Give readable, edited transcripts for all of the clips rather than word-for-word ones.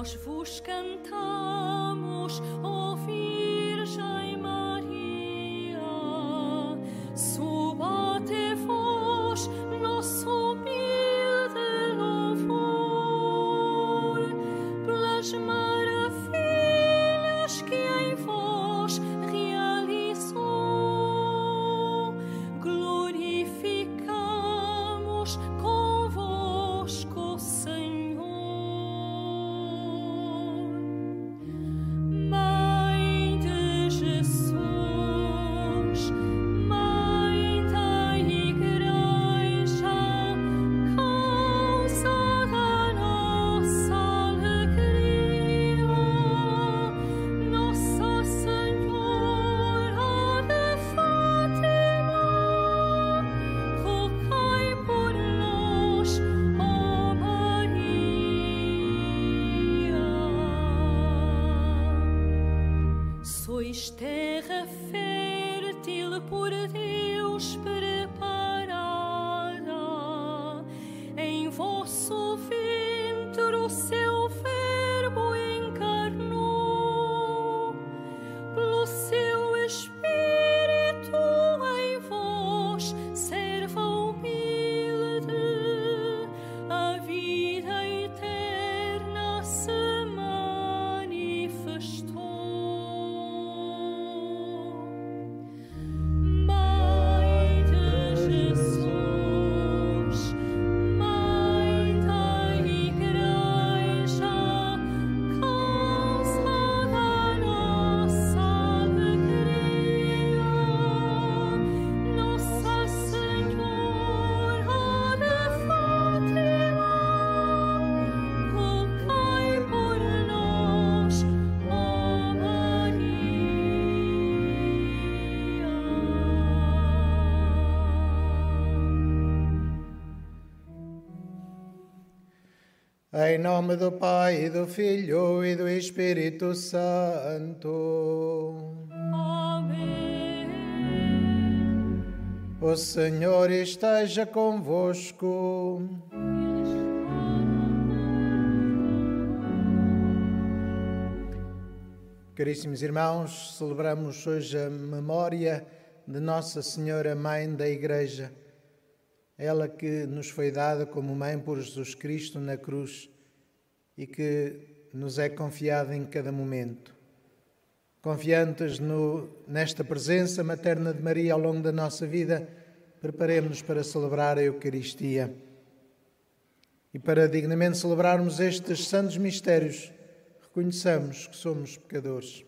nós vos cantamos, ó Virgem Maria. Suba até vós nosso humilde louvor, pelas maravilhas que em vós realizou. Glorificamos convosco, Senhor. Mãe de Jesus, Mãe da Igreja, causa da nossa alegria, Nossa Senhora de Fátima, rogai por nós, ó Maria. Sois terra fértil por Deus preparada, em vosso ventre o seu Verbo encarnou, pelo seu Espírito em vós, serva humilde, a vida eterna se manifestou. Mãe de Jesus, Mãe da Igreja, causa da nossa alegria, Nossa Senhora de Fátima, rogai por nós, ó Maria. Em nome do Pai, do Filho e do Espírito Santo. Amém. O Senhor esteja convosco. Caríssimos irmãos, celebramos hoje a memória de Nossa Senhora, Mãe da Igreja. Ela que nos foi dada como mãe por Jesus Cristo na cruz e que nos é confiada em cada momento. Confiantes nesta presença materna de Maria ao longo da nossa vida, preparemos-nos para celebrar a Eucaristia. E para dignamente celebrarmos estes santos mistérios, reconheçamos que somos pecadores.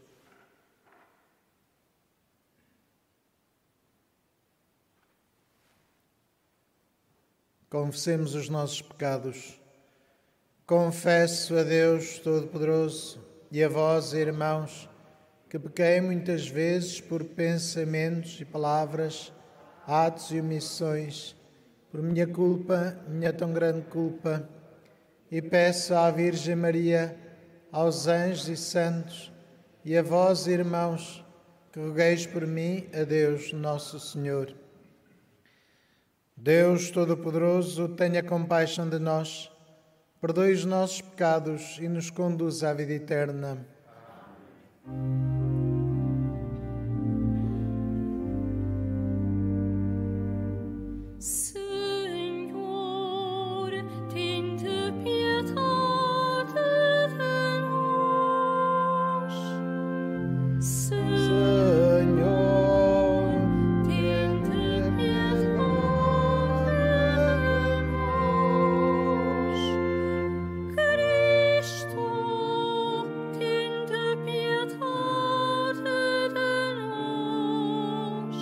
Confessemos os nossos pecados. Confesso a Deus Todo-Poderoso e a vós, irmãos, que pequei muitas vezes por pensamentos e palavras, atos e omissões, por minha culpa, minha tão grande culpa, e peço à Virgem Maria, aos anjos e santos, e a vós, irmãos, que rogueis por mim a Deus Nosso Senhor. Deus Todo-Poderoso, tenha compaixão de nós, perdoe os nossos pecados e nos conduza à vida eterna. Senhor, tende piedade de nós. Senhor, tende piedade de nós. Cristo, tende piedade de nós.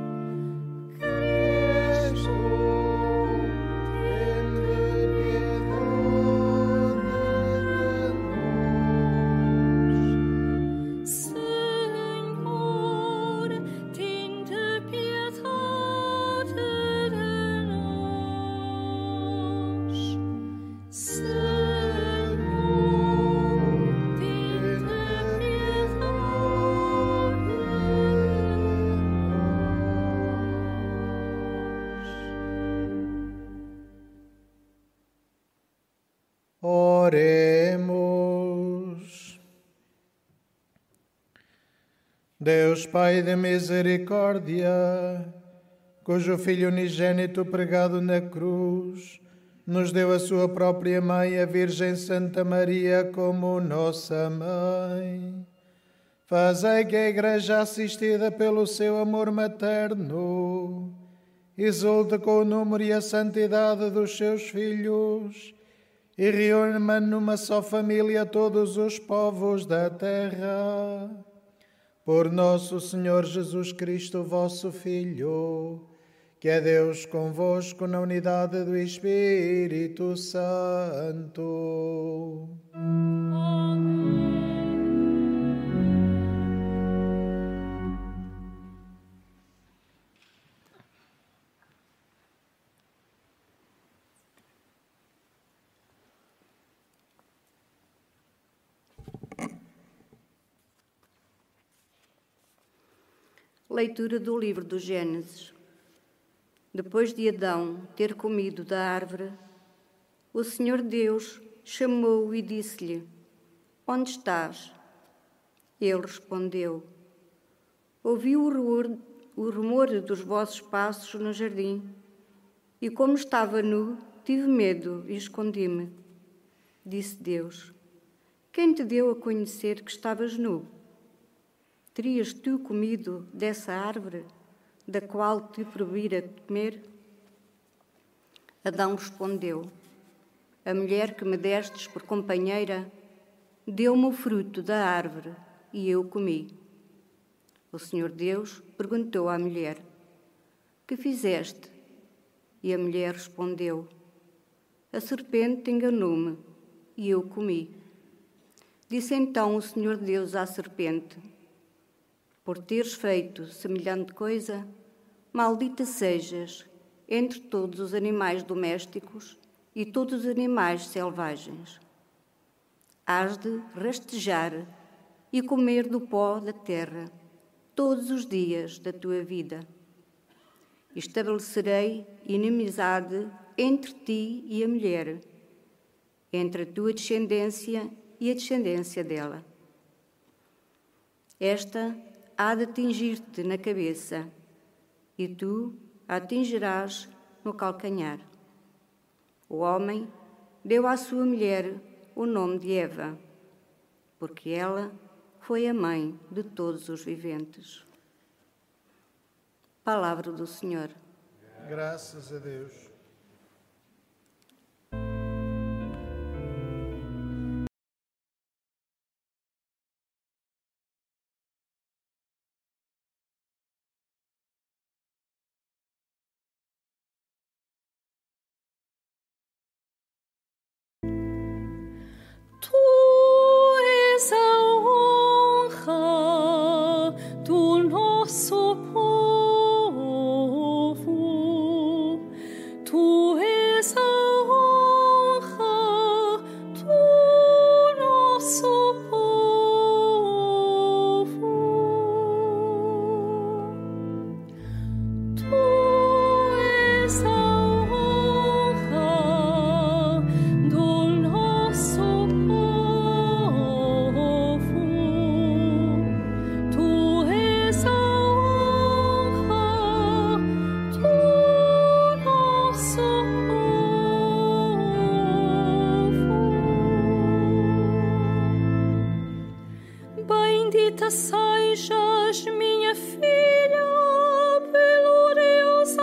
Cristo, tende piedade de nós. Senhor, tende piedade de nós. Senhor, tende piedade de nós. Oremos. Deus Pai de misericórdia, cujo Filho unigênito pregado na cruz nos deu a sua própria mãe, a Virgem Santa Maria, como nossa mãe. Fazei que a Igreja, assistida pelo seu amor materno, exulte com o número e a santidade dos seus filhos e reúna numa só família todos os povos da terra. Por nosso Senhor Jesus Cristo, vosso Filho, que é Deus convosco na unidade do Espírito Santo. Leitura do livro do Gênesis. Depois de Adão ter comido da árvore, o Senhor Deus chamou-o e disse-lhe: Onde estás? Ele respondeu: Ouvi o rumor dos vossos passos no jardim, e como estava nu, tive medo e escondi-me. Disse Deus: Quem te deu a conhecer que estavas nu? Terias tu comido dessa árvore, da qual te proibira comer? Adão respondeu: A mulher que me destes por companheira deu-me o fruto da árvore e eu comi. O Senhor Deus perguntou à mulher: Que fizeste? E a mulher respondeu: A serpente enganou-me e eu comi. Disse então o Senhor Deus à serpente: Por teres feito semelhante coisa, maldita sejas entre todos os animais domésticos e todos os animais selvagens. Hás de rastejar e comer do pó da terra todos os dias da tua vida. Estabelecerei inimizade entre ti e a mulher, entre a tua descendência e a descendência dela. Esta há de atingir-te na cabeça, e tu a atingirás no calcanhar. O homem deu à sua mulher o nome de Eva, porque ela foi a mãe de todos os viventes. Palavra do Senhor. Graças a Deus. Tu és a honra do nosso povo. Tu és a honra do nosso povo. Tu és a honra do nosso povo. Tu és a honra do nosso povo. Bendita sejas, minha filha, pelo Deus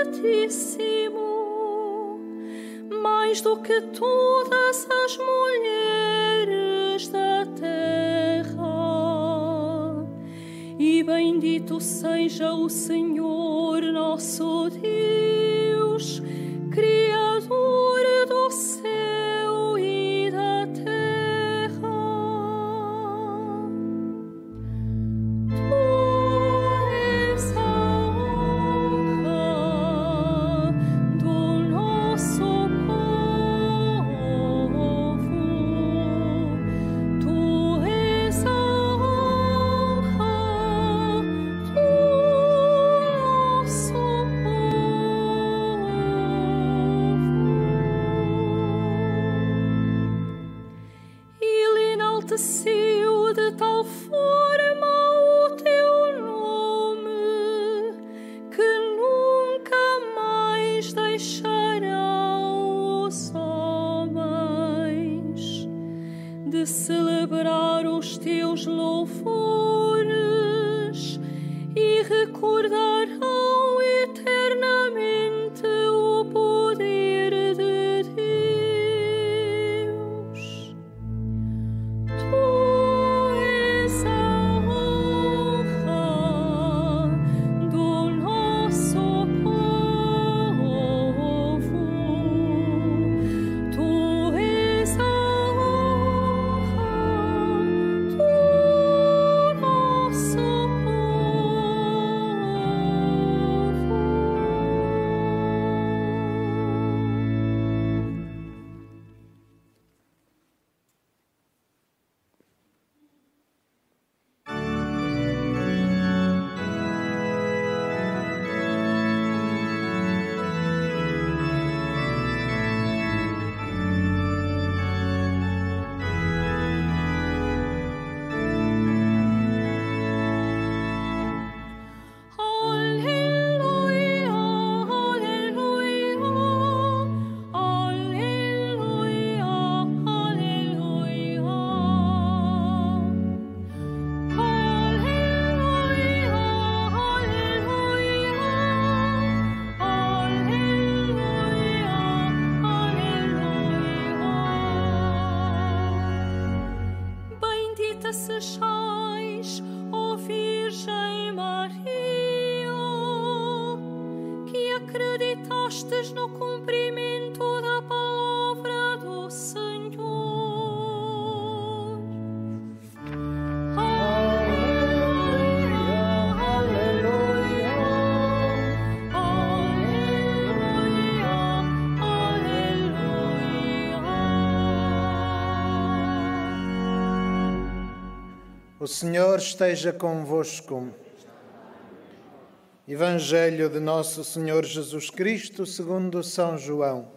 Altíssimo, mais do que todas as mulheres da terra. E bendito seja o Senhor nosso Deus, Criador do céu e da terra. Tu és a honra do nosso povo. Tu és a honra do nosso povo. Ele enalteceu de tal forma o teu de celebrar os teus louvores e recordarão eternamente o poder de Deus. Tu és a honra do nosso povo. Tu és a honra do nosso sejais, ó Virgem Maria, que acreditastes no cumprimento da palavra do Senhor. Aleluia, aleluia, aleluia, aleluia. O Senhor esteja convosco. Evangelho de Nosso Senhor Jesus Cristo, segundo São João.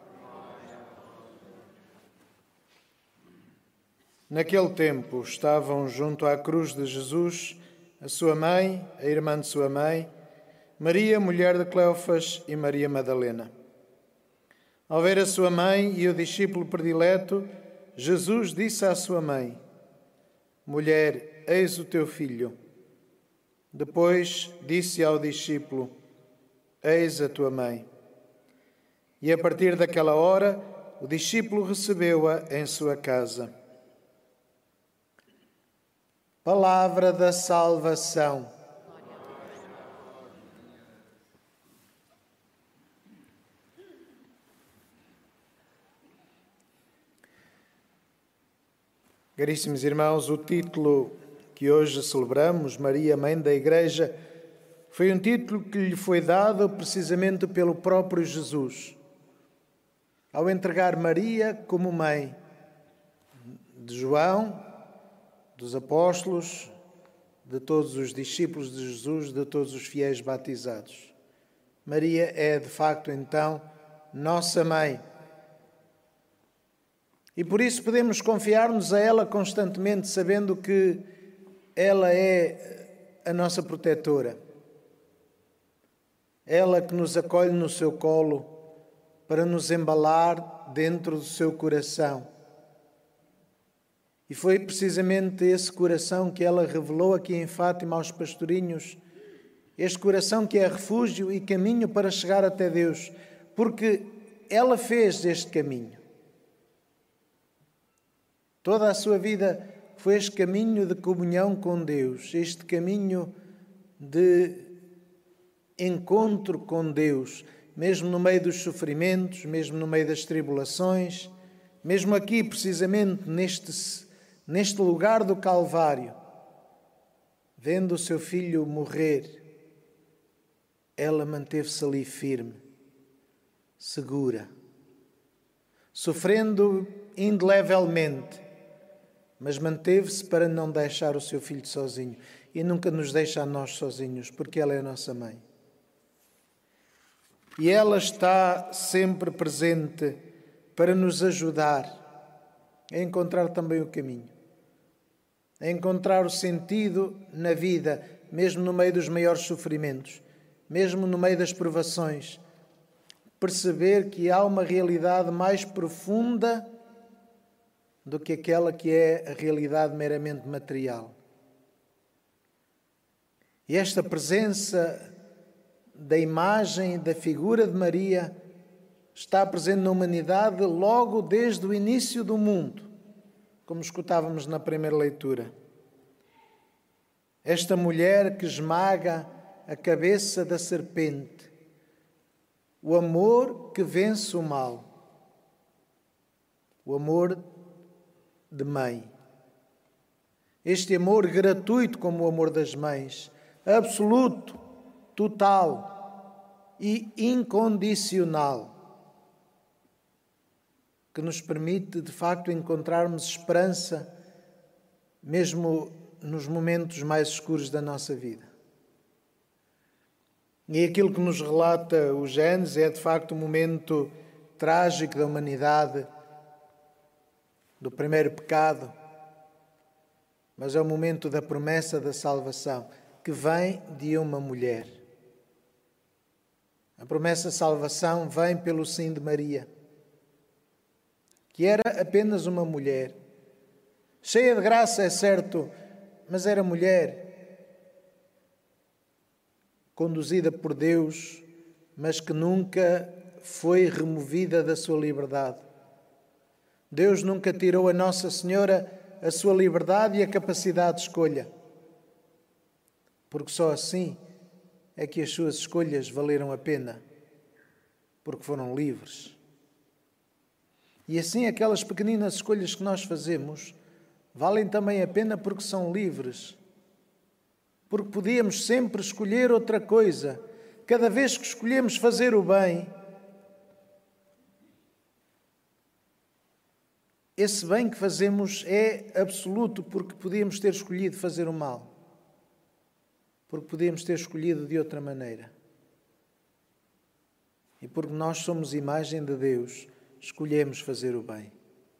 Naquele tempo estavam junto à cruz de Jesus a sua mãe, a irmã de sua mãe, Maria, mulher de Cleofas, e Maria Madalena. Ao ver a sua mãe e o discípulo predileto, Jesus disse à sua mãe: Mulher, eis o teu filho. Depois disse ao discípulo: Eis a tua mãe. E a partir daquela hora, o discípulo recebeu-a em sua casa. Palavra da salvação. Caríssimos irmãos, o título que hoje celebramos, Maria, Mãe da Igreja, foi um título que lhe foi dado precisamente pelo próprio Jesus, ao entregar Maria como mãe de João, dos apóstolos, de todos os discípulos de Jesus, de todos os fiéis batizados. Maria é, de facto, então, nossa mãe. E por isso podemos confiar-nos a ela constantemente, sabendo que ela é a nossa protetora. Ela que nos acolhe no seu colo para nos embalar dentro do seu coração. E foi precisamente esse coração que ela revelou aqui em Fátima aos pastorinhos, este coração que é refúgio e caminho para chegar até Deus, porque ela fez este caminho. Toda a sua vida foi este caminho de comunhão com Deus, este caminho de encontro com Deus, mesmo no meio dos sofrimentos, mesmo no meio das tribulações, mesmo aqui, precisamente, neste lugar do Calvário, vendo o seu filho morrer, ela manteve-se ali firme, segura, sofrendo indelevelmente, mas manteve-se para não deixar o seu filho sozinho. E nunca nos deixa a nós sozinhos, porque ela é a nossa mãe. E ela está sempre presente para nos ajudar a encontrar também o caminho, a encontrar o sentido na vida, mesmo no meio dos maiores sofrimentos, mesmo no meio das provações. Perceber que há uma realidade mais profunda do que aquela que é a realidade meramente material. E esta presença da imagem, da figura de Maria, está presente na humanidade logo desde o início do mundo, como escutávamos na primeira leitura. Esta mulher que esmaga a cabeça da serpente, o amor que vence o mal, o amor de mãe. Este amor gratuito como o amor das mães, absoluto, total e incondicional, que nos permite, de facto, encontrarmos esperança mesmo nos momentos mais escuros da nossa vida. E aquilo que nos relata o Gênesis é, de facto, um momento trágico da humanidade, do primeiro pecado, mas é o momento da promessa da salvação, que vem de uma mulher. A promessa de salvação vem pelo sim de Maria, que era apenas uma mulher, cheia de graça, é certo, mas era mulher, conduzida por Deus, mas que nunca foi removida da sua liberdade. Deus nunca tirou a Nossa Senhora a sua liberdade e a capacidade de escolha, porque só assim é que as suas escolhas valeram a pena, porque foram livres. E assim aquelas pequeninas escolhas que nós fazemos valem também a pena porque são livres. Porque podíamos sempre escolher outra coisa. Cada vez que escolhemos fazer o bem, esse bem que fazemos é absoluto, porque podíamos ter escolhido fazer o mal. Porque podíamos ter escolhido de outra maneira. E porque nós somos imagem de Deus, escolhemos fazer o bem.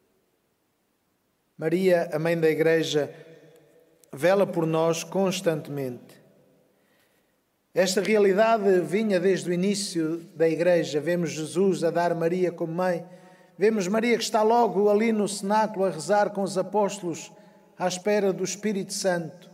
Maria, a Mãe da Igreja, vela por nós constantemente. Esta realidade vinha desde o início da Igreja. Vemos Jesus a dar Maria como mãe. Vemos Maria que está logo ali no cenáculo a rezar com os apóstolos à espera do Espírito Santo.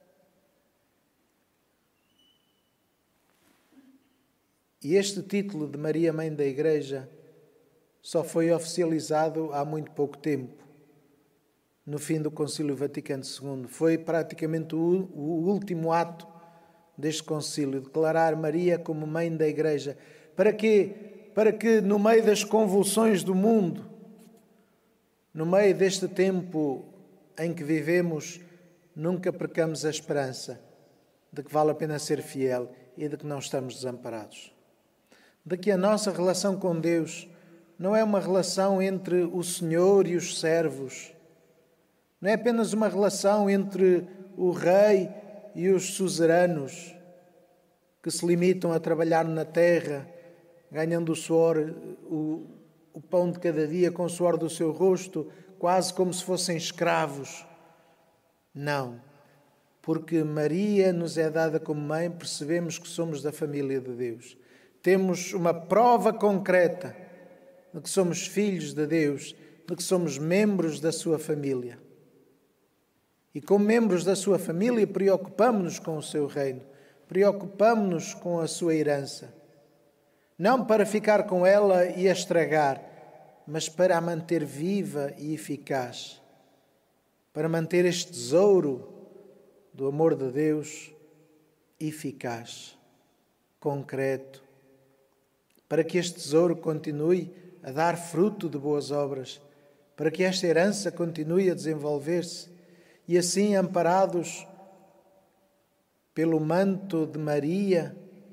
E este título de Maria, Mãe da Igreja, só foi oficializado há muito pouco tempo, no fim do Concílio Vaticano II. Foi praticamente o último ato deste concílio, declarar Maria como Mãe da Igreja. Para quê? Para que no meio das convulsões do mundo, no meio deste tempo em que vivemos, nunca percamos a esperança de que vale a pena ser fiel e de que não estamos desamparados. De que a nossa relação com Deus não é uma relação entre o Senhor e os servos. Não é apenas uma relação entre o rei e os suzeranos que se limitam a trabalhar na terra, ganhando o suor, o pão de cada dia com o suor do seu rosto, quase como se fossem escravos. Não. Porque Maria nos é dada como mãe, percebemos que somos da família de Deus. Temos uma prova concreta de que somos filhos de Deus, de que somos membros da sua família. E como membros da sua família, preocupamos-nos com o seu reino, preocupamos-nos com a sua herança. Não para ficar com ela e a estragar, mas para a manter viva e eficaz. Para manter este tesouro do amor de Deus eficaz, concreto. Para que este tesouro continue a dar fruto de boas obras, para que esta herança continue a desenvolver-se e assim, amparados pelo manto de Maria,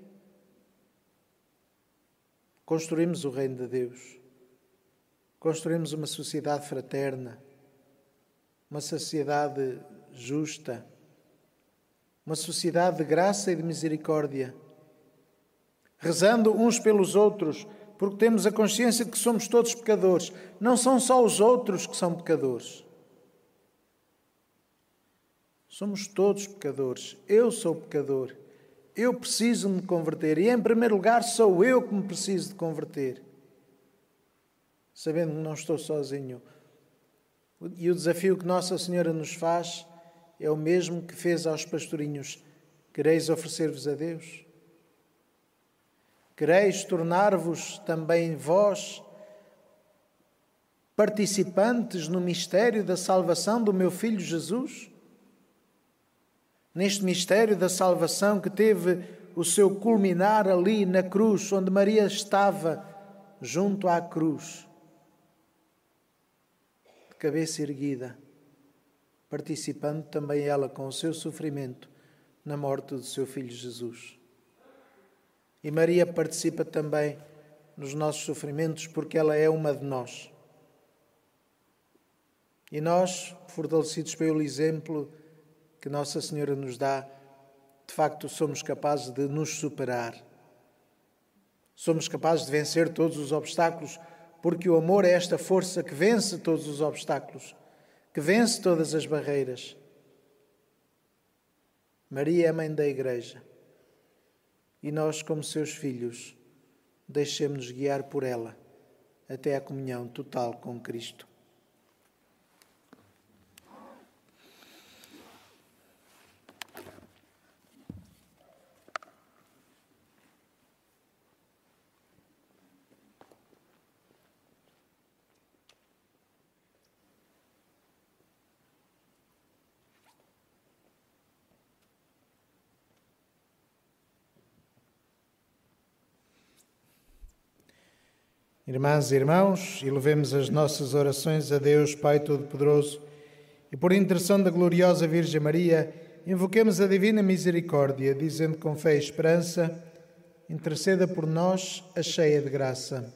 construímos o reino de Deus, construímos uma sociedade fraterna, uma sociedade justa, uma sociedade de graça e de misericórdia, rezando uns pelos outros, porque temos a consciência de que somos todos pecadores. Não são só os outros que são pecadores. Somos todos pecadores. Eu sou pecador. Eu preciso me converter. E, em primeiro lugar, sou eu que me preciso de converter. Sabendo que não estou sozinho. E o desafio que Nossa Senhora nos faz é o mesmo que fez aos pastorinhos. Quereis oferecer-vos a Deus? Quereis tornar-vos também vós participantes no mistério da salvação do meu Filho Jesus? Neste mistério da salvação que teve o seu culminar ali na cruz, onde Maria estava junto à cruz, de cabeça erguida, participando também ela com o seu sofrimento na morte do seu Filho Jesus. E Maria participa também nos nossos sofrimentos porque ela é uma de nós. E nós, fortalecidos pelo exemplo que Nossa Senhora nos dá, de facto somos capazes de nos superar. Somos capazes de vencer todos os obstáculos, porque o amor é esta força que vence todos os obstáculos, que vence todas as barreiras. Maria é a mãe da Igreja e nós, como seus filhos, deixemos-nos guiar por ela até à comunhão total com Cristo. Irmãs e irmãos, elevemos as nossas orações a Deus, Pai Todo-Poderoso, e por intercessão da gloriosa Virgem Maria, invoquemos a divina misericórdia, dizendo com fé e esperança: interceda por nós, a cheia de graça.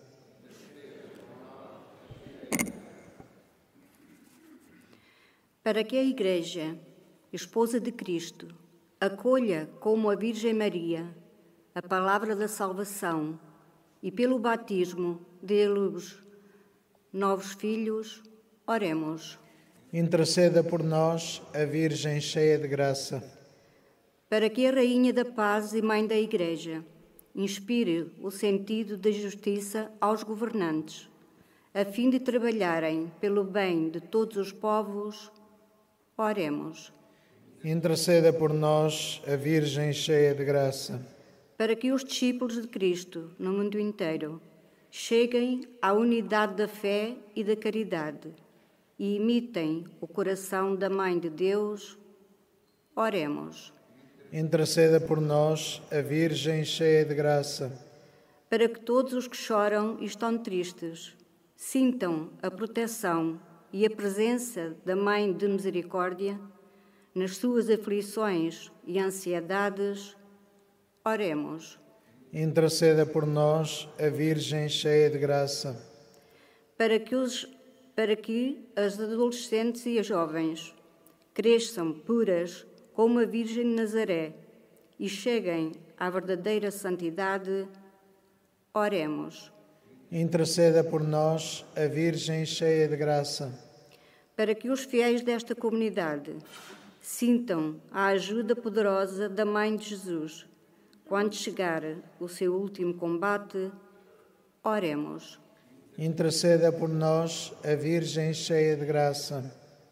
Para que a Igreja, esposa de Cristo, acolha como a Virgem Maria a palavra da salvação e pelo batismo dê-los novos filhos, oremos. Interceda por nós, a Virgem cheia de graça. Para que a Rainha da Paz e Mãe da Igreja inspire o sentido da justiça aos governantes, a fim de trabalharem pelo bem de todos os povos, oremos. Interceda por nós, a Virgem cheia de graça. Para que os discípulos de Cristo no mundo inteiro cheguem à unidade da fé e da caridade e imitem o coração da Mãe de Deus, oremos. Interceda por nós, a Virgem cheia de graça. Para que todos os que choram e estão tristes sintam a proteção e a presença da Mãe de Misericórdia nas suas aflições e ansiedades, oremos. Interceda por nós, a Virgem cheia de graça. Para que as adolescentes e as jovens cresçam puras como a Virgem de Nazaré e cheguem à verdadeira santidade, oremos. Interceda por nós, a Virgem cheia de graça. Para que os fiéis desta comunidade sintam a ajuda poderosa da Mãe de Jesus quando chegar o seu último combate, oremos. Interceda por nós, a Virgem cheia de graça.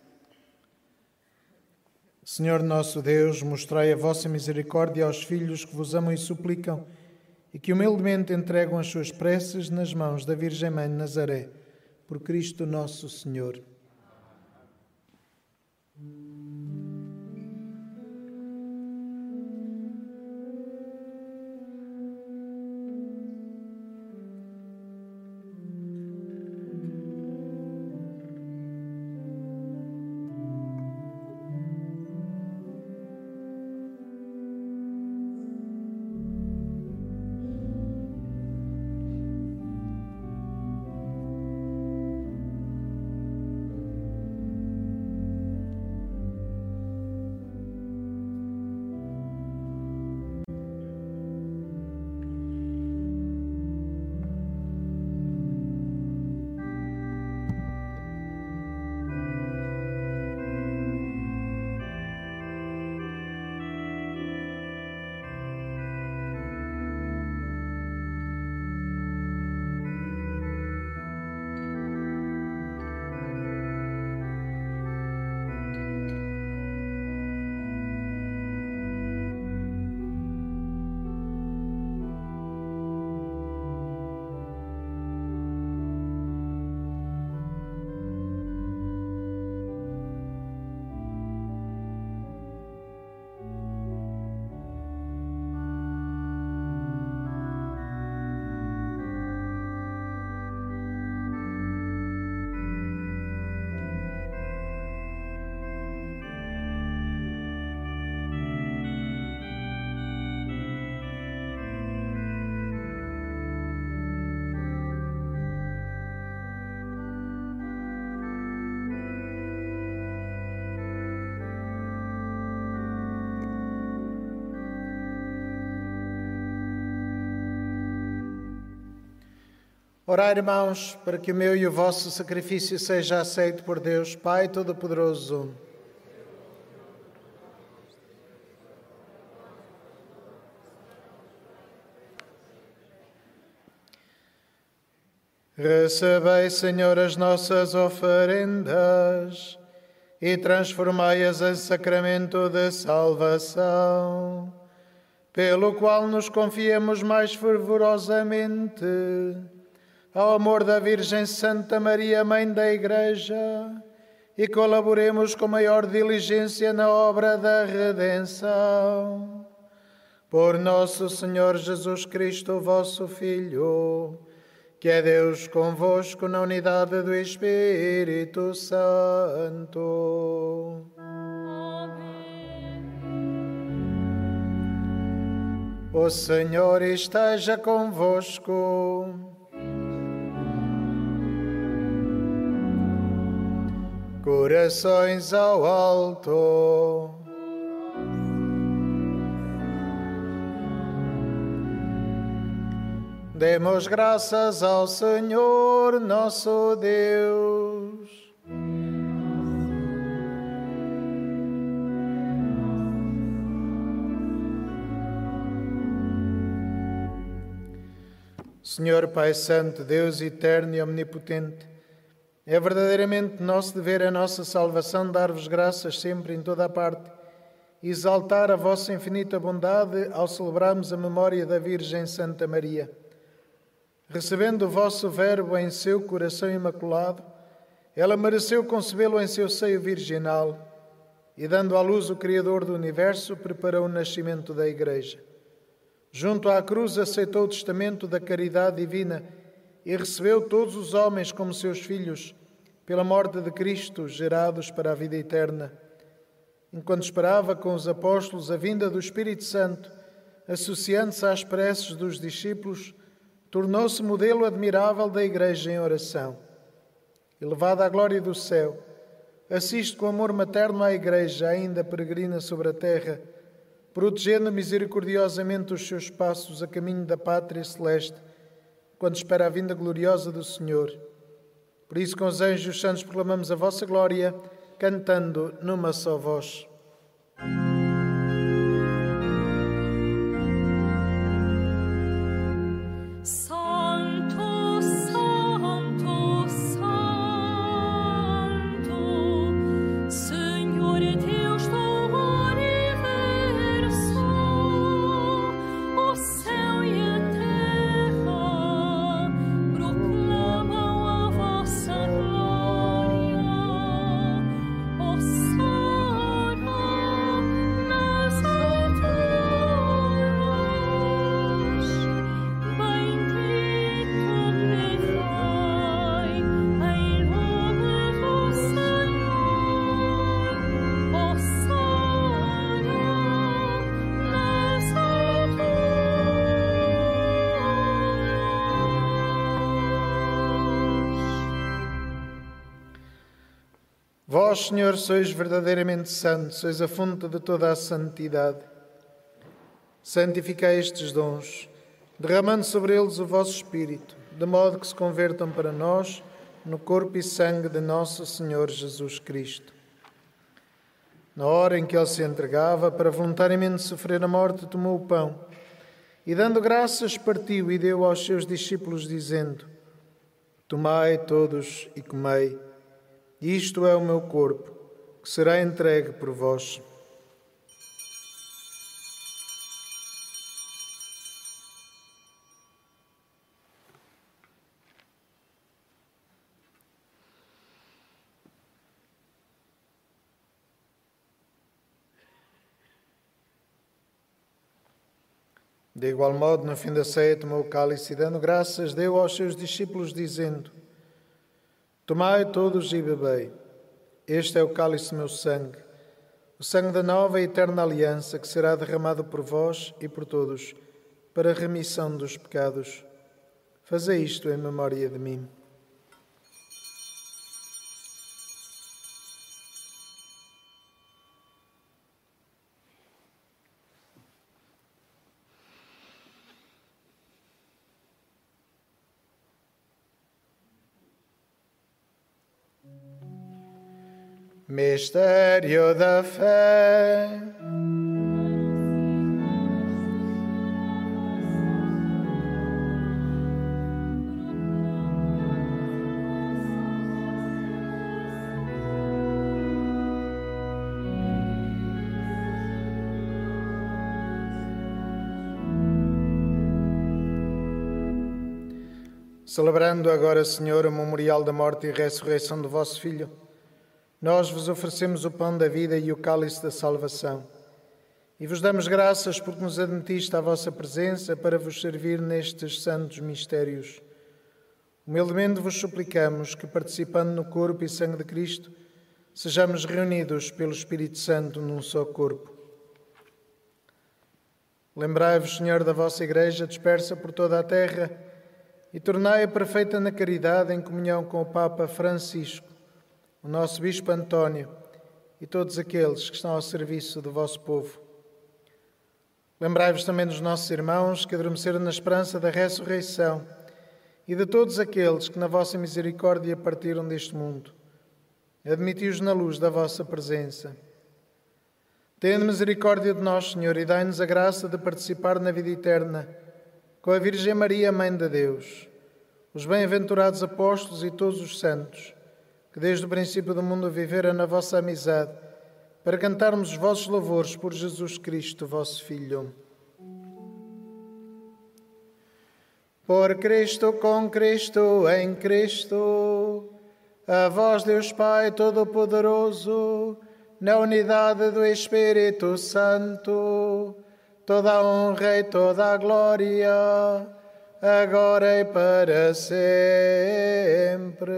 Senhor nosso Deus, mostrai a vossa misericórdia aos filhos que vos amam e suplicam e que humildemente entregam as suas preces nas mãos da Virgem Mãe de Nazaré, por Cristo nosso Senhor. Orai, irmãos, para que o meu e o vosso sacrifício seja aceito por Deus, Pai Todo-Poderoso. Recebei, Senhor, as nossas oferendas e transformai-as em sacramento de salvação, pelo qual nos confiemos mais fervorosamente ao amor da Virgem Santa Maria, Mãe da Igreja, e colaboremos com maior diligência na obra da redenção. Por nosso Senhor Jesus Cristo, vosso Filho, que é Deus convosco na unidade do Espírito Santo. Amém. O Senhor esteja convosco. Corações ao alto. Demos graças ao Senhor nosso Deus. Senhor Pai Santo, Deus eterno e omnipotente, é verdadeiramente nosso dever, a nossa salvação, dar-vos graças sempre em toda a parte, exaltar a vossa infinita bondade ao celebrarmos a memória da Virgem Santa Maria. Recebendo o vosso Verbo em seu coração imaculado, ela mereceu concebê-lo em seu seio virginal e, dando à luz o Criador do Universo, preparou o nascimento da Igreja. Junto à cruz aceitou o testamento da caridade divina e recebeu todos os homens como seus filhos, pela morte de Cristo, gerados para a vida eterna. Enquanto esperava com os apóstolos a vinda do Espírito Santo, associando-se às preces dos discípulos, tornou-se modelo admirável da Igreja em oração. Elevada à glória do céu, assiste com amor materno à Igreja, ainda peregrina sobre a terra, protegendo misericordiosamente os seus passos a caminho da pátria celeste, quando espera a vinda gloriosa do Senhor. Por isso, com os anjos e os santos, proclamamos a vossa glória, cantando numa só voz. Santo, Santo, Santo, Senhor Deus do universo, o céu e a terra proclamam a vossa glória. Hosana nas alturas, bendito me vai em nome do Senhor. Hosana nas alturas. Vós, Senhor, sois verdadeiramente santos, sois a fonte de toda a santidade. Santificai estes dons, derramando sobre eles o vosso Espírito, de modo que se convertam para nós no corpo e sangue de nosso Senhor Jesus Cristo. Na hora em que ele se entregava para voluntariamente sofrer a morte, tomou o pão e, dando graças, partiu e deu aos seus discípulos, dizendo: Tomai todos e comei, isto é o meu corpo, que será entregue por vós. De igual modo, no fim da ceia, tomou o cálice e, dando graças, deu aos seus discípulos, dizendo: Tomai todos e bebei. Este é o cálice do meu sangue, o sangue da nova e eterna aliança, que será derramado por vós e por todos, para a remissão dos pecados. Fazei isto em memória de mim. Mistério da fé. Celebrando agora, Senhor, o memorial da morte e ressurreição do vosso Filho, nós vos oferecemos o pão da vida e o cálice da salvação. E vos damos graças porque nos admitiste à vossa presença para vos servir nestes santos mistérios. Humildemente vos suplicamos que, participando no corpo e sangue de Cristo, sejamos reunidos pelo Espírito Santo num só corpo. Lembrai-vos, Senhor, da vossa Igreja dispersa por toda a terra e tornai-a perfeita na caridade em comunhão com o Papa Francisco, o nosso Bispo António e todos aqueles que estão ao serviço do vosso povo. Lembrai-vos também dos nossos irmãos que adormeceram na esperança da ressurreição e de todos aqueles que na vossa misericórdia partiram deste mundo. Admiti-os na luz da vossa presença. Tende misericórdia de nós, Senhor, e dai-nos a graça de participar na vida eterna com a Virgem Maria, Mãe de Deus, os bem-aventurados apóstolos e todos os santos, que desde o princípio do mundo viveram na vossa amizade, para cantarmos os vossos louvores por Jesus Cristo, vosso Filho. Por Cristo, com Cristo, em Cristo, a vós, Deus Pai Todo-Poderoso, na unidade do Espírito Santo, toda a honra e toda a glória, agora e para sempre.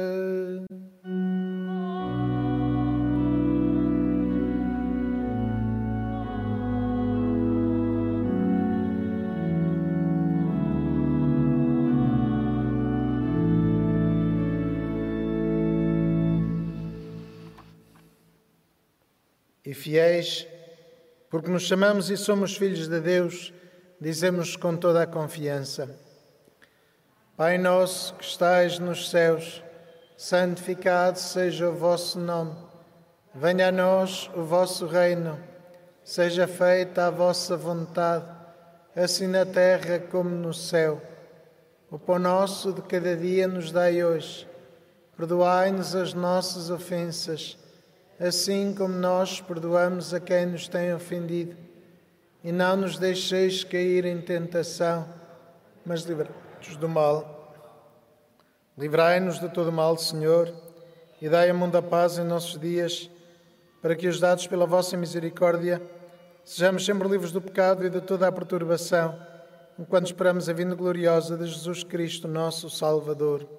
E fiéis, porque nos chamamos e somos filhos de Deus, dizemos com toda a confiança: Pai nosso que estais nos céus, santificado seja o vosso nome. Venha a nós o vosso reino. Seja feita a vossa vontade, assim na terra como no céu. O pão nosso de cada dia nos dai hoje. Perdoai-nos as nossas ofensas, assim como nós perdoamos a quem nos tem ofendido. E não nos deixeis cair em tentação, mas livrai-nos do mal. Livrai-nos de todo mal, Senhor, e dai a mundo a paz em nossos dias, para que, ajudados pela vossa misericórdia, sejamos sempre livres do pecado e de toda a perturbação, enquanto esperamos a vinda gloriosa de Jesus Cristo, nosso Salvador.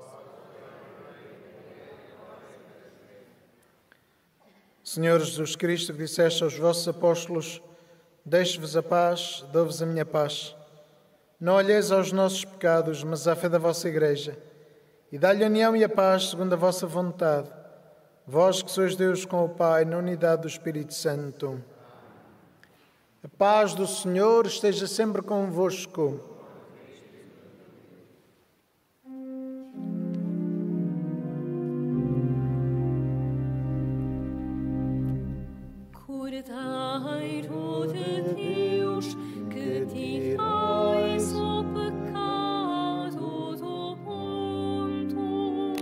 Senhor Jesus Cristo, que disseste aos vossos apóstolos: deixo-vos a paz, dou-vos a minha paz. Não olheis aos nossos pecados, mas à fé da vossa Igreja, e dá-lhe a união e a paz segundo a vossa vontade. Vós que sois Deus com o Pai, na unidade do Espírito Santo. A paz do Senhor esteja sempre convosco. Cordeiro de Deus, que tirais o pecado do mundo,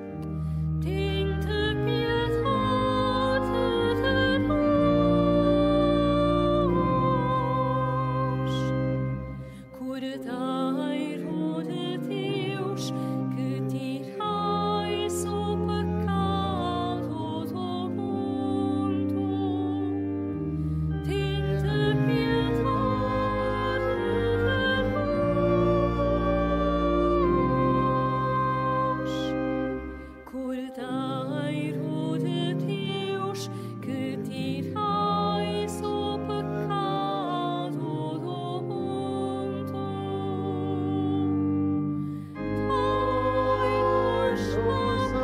tende piedade de nós. Cordeiro de Deus, que tirais o pecado do mundo, tende piedade de nós. Cordeiro de Deus, que tirais o pecado do mundo, dai-nos a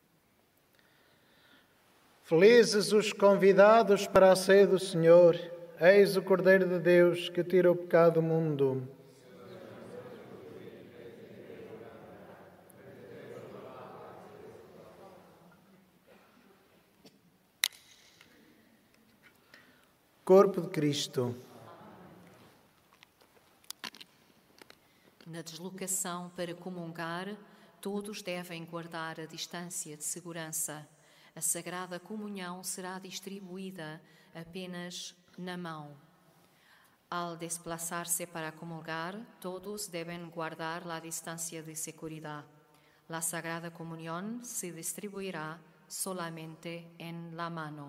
Felizes os convidados para a ceia do Senhor. Eis o Cordeiro de Deus que tira o pecado do mundo. Corpo de Cristo. Na deslocação para comungar, todos devem guardar a distância de segurança. A Sagrada Comunhão será distribuída apenas na mão. Al desplazarse para comulgar, todos deben guardar la distancia de seguridad. La Sagrada Comunión se distribuirá solamente en la mano.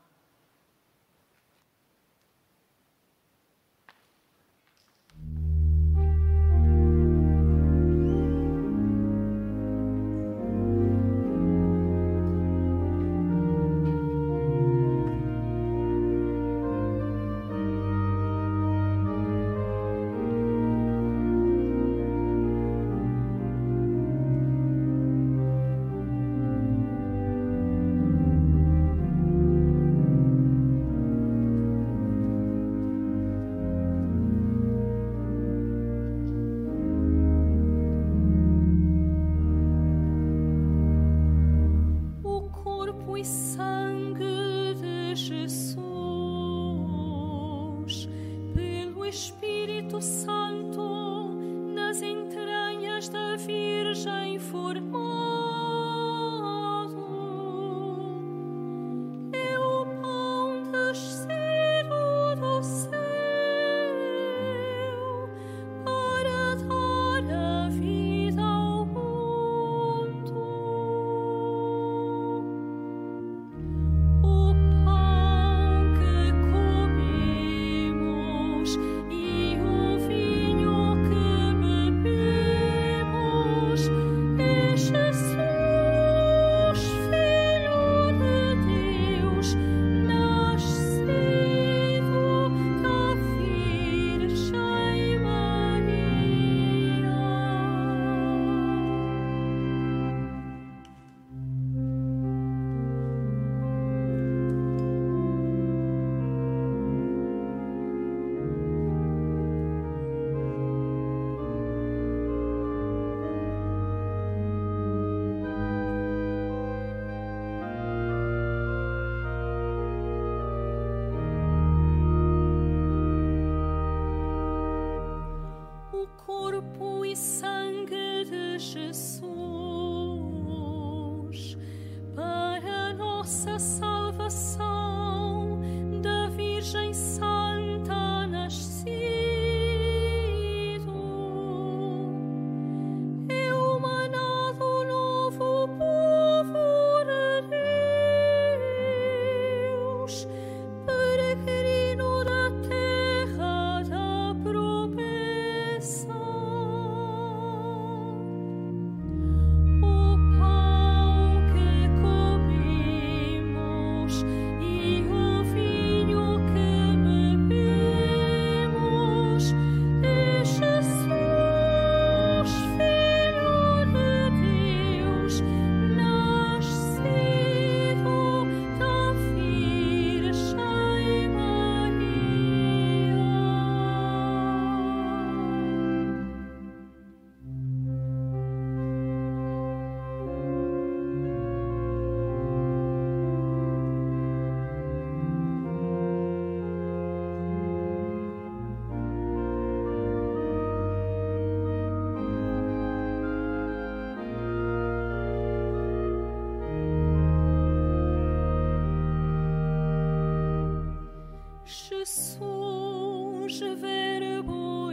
Jesus, Verbo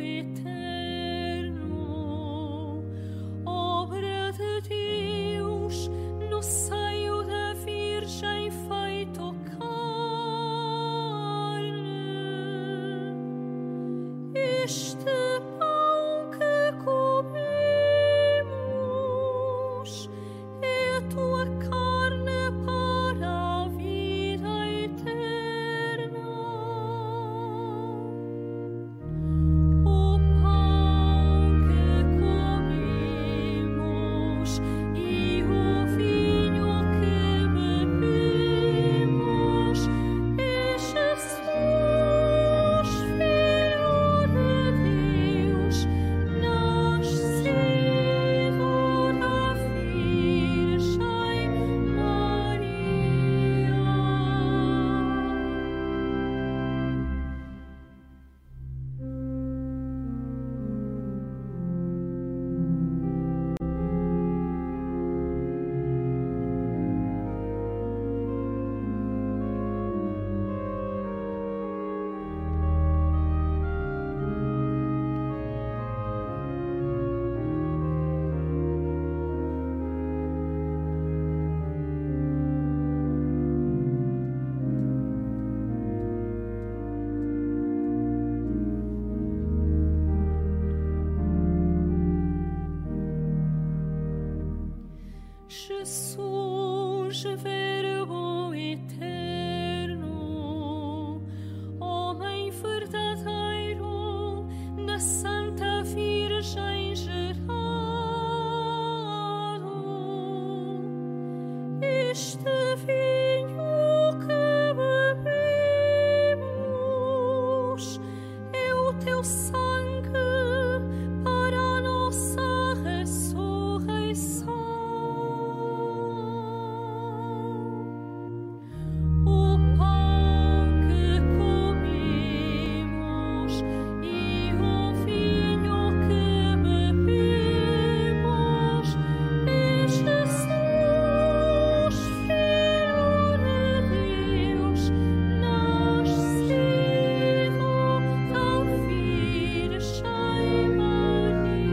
eterno, obra de Deus, no seio da Virgem feito carne. Este pão que comemos é a tua carne para a vida eterna. Jesus, Verbo eterno, homem verdadeiro, da Santa Virgem gerado, este vinho que bebemos é o teu sangue para a nossa ressurreição. O pão que comemos e o vinho que bebemos é Jesus, Filho de Deus, nascido da Virgem Maria.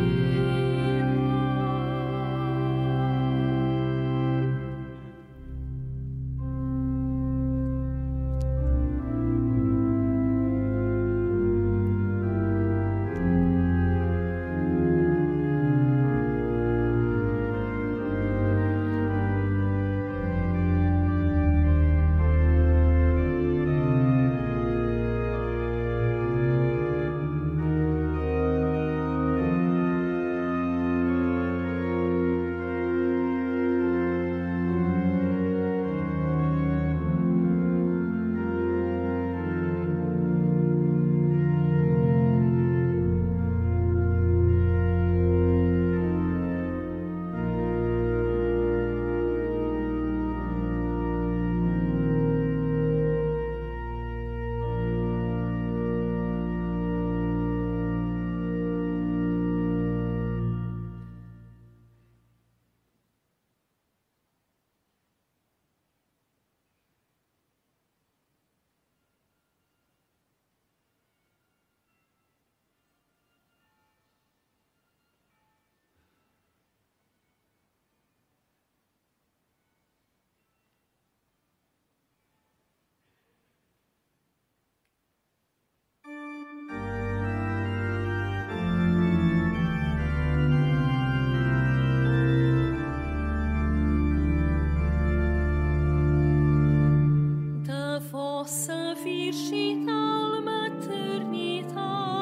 Da vossa virginal maternidade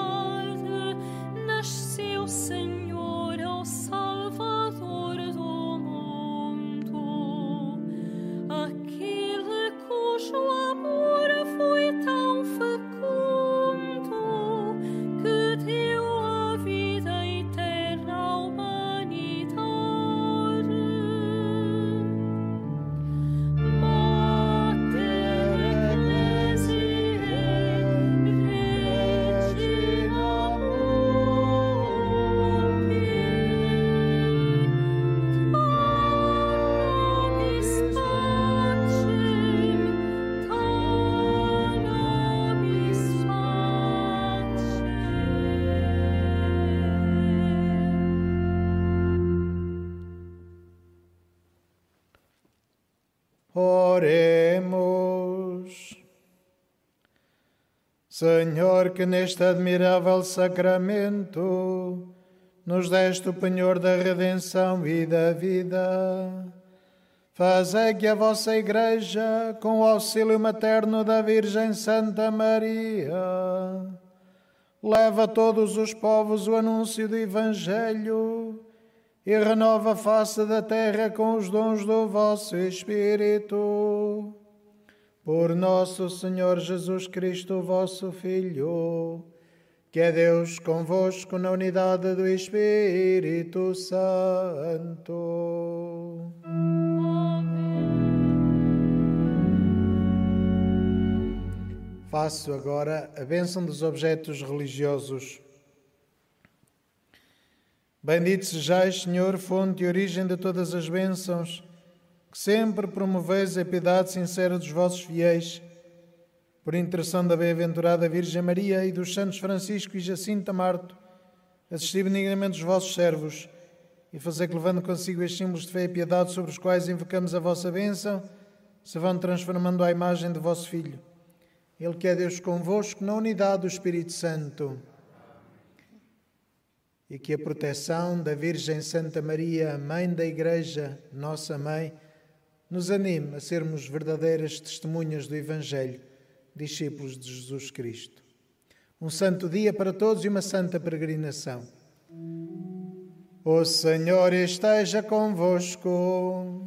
nasceu, Senhor, o Salvador do mundo, aquele cujo amor foi tão fecundo que deu a vida eterna à humanidade. Oremos. Senhor, que neste admirável sacramento nos deste o penhor da redenção e da vida, fazei que a vossa Igreja, com o auxílio materno da Virgem Santa Maria, leve a todos os povos o anúncio do Evangelho e renova a face da terra com os dons do vosso Espírito. Por nosso Senhor Jesus Cristo, vosso Filho, que é Deus convosco na unidade do Espírito Santo. Faço agora a bênção dos objetos religiosos. Bendito sejais, Senhor, fonte e origem de todas as bênçãos, que sempre promoveis a piedade sincera dos vossos fiéis, por intercessão da bem-aventurada Virgem Maria e dos santos Francisco e Jacinto Marto, assisti benignamente os vossos servos e fazei que, levando consigo estes símbolos de fé e piedade sobre os quais invocamos a vossa bênção, se vão transformando à imagem do vosso Filho. Ele que é Deus convosco, na unidade do Espírito Santo. e que a proteção da Virgem Santa Maria, Mãe da Igreja, nossa Mãe, nos anime a sermos verdadeiras testemunhas do Evangelho, discípulos de Jesus Cristo. Um santo dia para todos e uma santa peregrinação. O Senhor esteja convosco.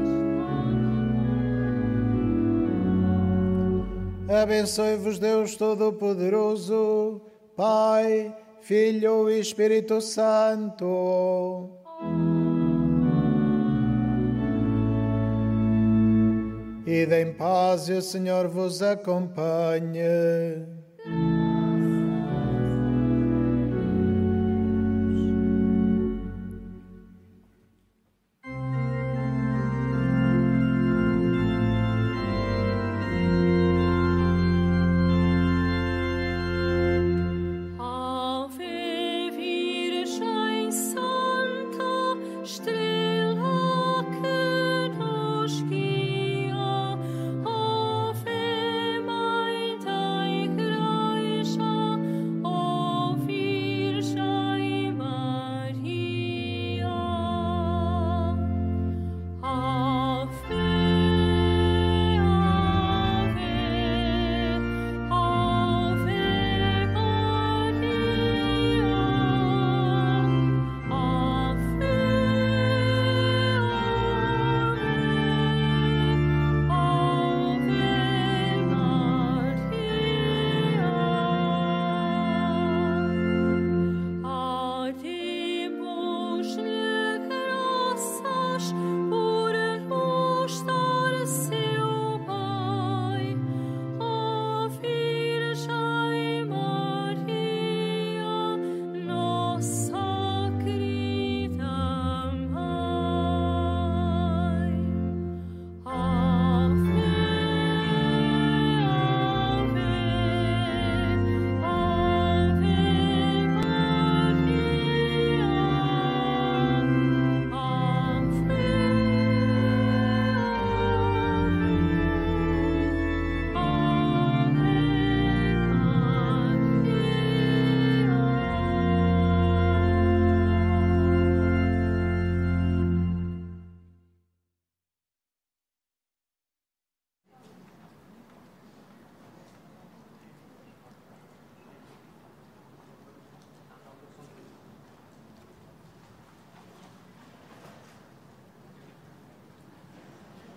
Abençoe-vos Deus Todo-Poderoso, Pai, Filho e Espírito Santo. Ide em paz e o Senhor vos acompanhe.